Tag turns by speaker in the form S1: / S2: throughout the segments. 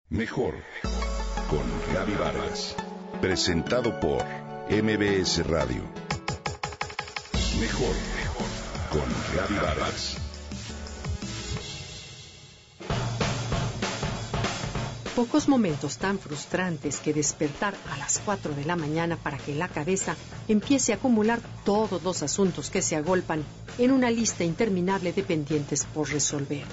S1: Mejor con Gaby Vargas. Presentado por MBS Radio. Mejor con Gaby Vargas.
S2: Pocos momentos tan frustrantes que despertar a las 4 de la mañana para que la cabeza empiece a acumular todos los asuntos que se agolpan en una lista interminable de pendientes por resolver.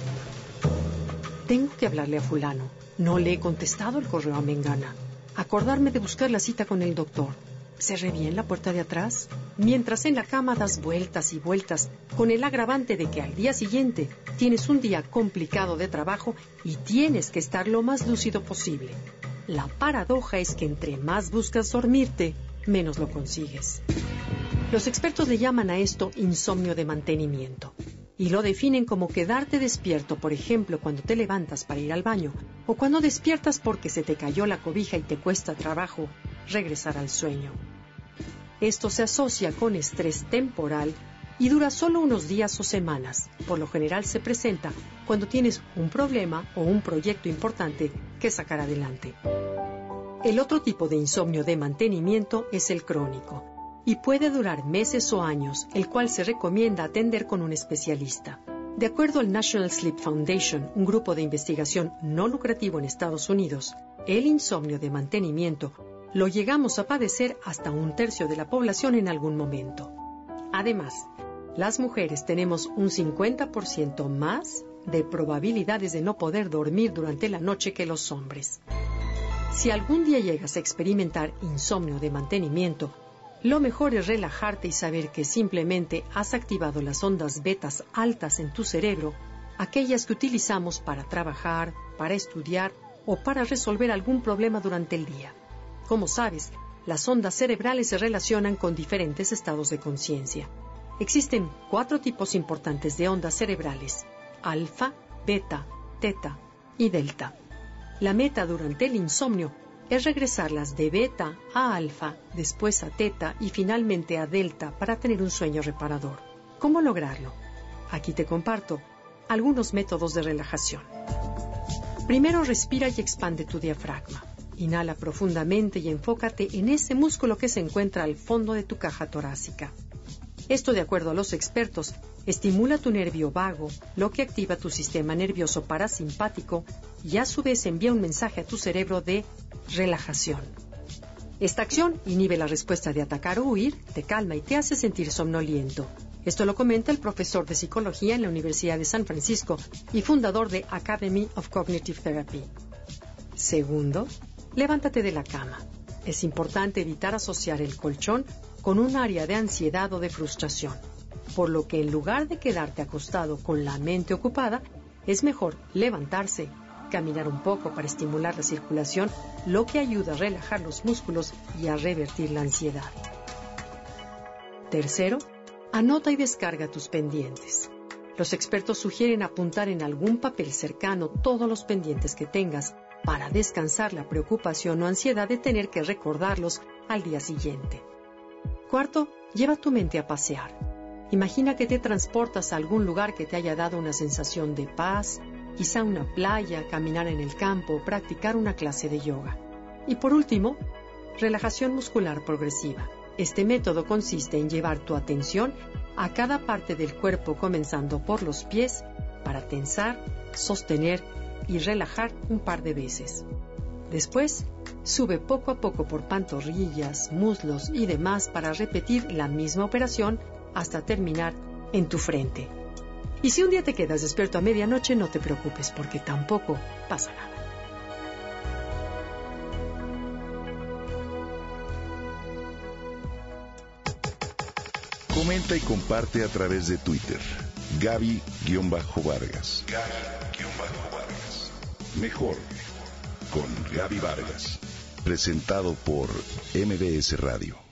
S2: Tengo que hablarle a fulano. No le he contestado el correo a Mengana. Acordarme de buscar la cita con el doctor. ¿Cerré bien la puerta de atrás? Mientras en la cama das vueltas y vueltas, con el agravante de que al día siguiente tienes un día complicado de trabajo y tienes que estar lo más lúcido posible. La paradoja es que entre más buscas dormirte, menos lo consigues. Los expertos le llaman a esto insomnio de mantenimiento y lo definen como quedarte despierto, por ejemplo, cuando te levantas para ir al baño o cuando despiertas porque se te cayó la cobija y te cuesta trabajo regresar al sueño. Esto se asocia con estrés temporal y dura solo unos días o semanas. Por lo general se presenta cuando tienes un problema o un proyecto importante que sacar adelante. El otro tipo de insomnio de mantenimiento es el crónico y puede durar meses o años, el cual se recomienda atender con un especialista. De acuerdo al National Sleep Foundation, un grupo de investigación no lucrativo en Estados Unidos, el insomnio de mantenimiento lo llegamos a padecer hasta 1/3 de la población en algún momento. Además, las mujeres tenemos un 50% más de probabilidades de no poder dormir durante la noche que los hombres. Si algún día llegas a experimentar insomnio de mantenimiento, lo mejor es relajarte y saber que simplemente has activado las ondas betas altas en tu cerebro, aquellas que utilizamos para trabajar, para estudiar o para resolver algún problema durante el día. Como sabes, las ondas cerebrales se relacionan con diferentes estados de conciencia. Existen 4 tipos importantes de ondas cerebrales: alfa, beta, teta y delta. La meta durante el insomnio es regresarlas de beta a alfa, después a teta y finalmente a delta para tener un sueño reparador. ¿Cómo lograrlo? Aquí te comparto algunos métodos de relajación. Primero, respira y expande tu diafragma. Inhala profundamente y enfócate en ese músculo que se encuentra al fondo de tu caja torácica. Esto, de acuerdo a los expertos, estimula tu nervio vago, lo que activa tu sistema nervioso parasimpático y a su vez envía un mensaje a tu cerebro de relajación. Esta acción inhibe la respuesta de atacar o huir, te calma y te hace sentir somnoliento. Esto lo comenta el profesor de psicología en la Universidad de San Francisco y fundador de Academy of Cognitive Therapy. Segundo, levántate de la cama. Es importante evitar asociar el colchón con un área de ansiedad o de frustración, por lo que en lugar de quedarte acostado con la mente ocupada, es mejor levantarse, caminar un poco para estimular la circulación, lo que ayuda a relajar los músculos y a revertir la ansiedad. Tercero, anota y descarga tus pendientes. Los expertos sugieren apuntar en algún papel cercano todos los pendientes que tengas para descansar la preocupación o ansiedad de tener que recordarlos al día siguiente. Cuarto, lleva tu mente a pasear. Imagina que te transportas a algún lugar que te haya dado una sensación de paz, quizá una playa, caminar en el campo o practicar una clase de yoga. Y por último, relajación muscular progresiva. Este método consiste en llevar tu atención a cada parte del cuerpo, comenzando por los pies, para tensar, sostener y relajar un par de veces. Después, sube poco a poco por pantorrillas, muslos y demás para repetir la misma operación hasta terminar en tu frente. Y si un día te quedas despierto a medianoche, no te preocupes porque tampoco pasa nada.
S1: Comenta y comparte a través de Twitter. Gaby-Vargas. Gaby-Vargas. Mejor con Gaby Vargas. Presentado por MBS Radio.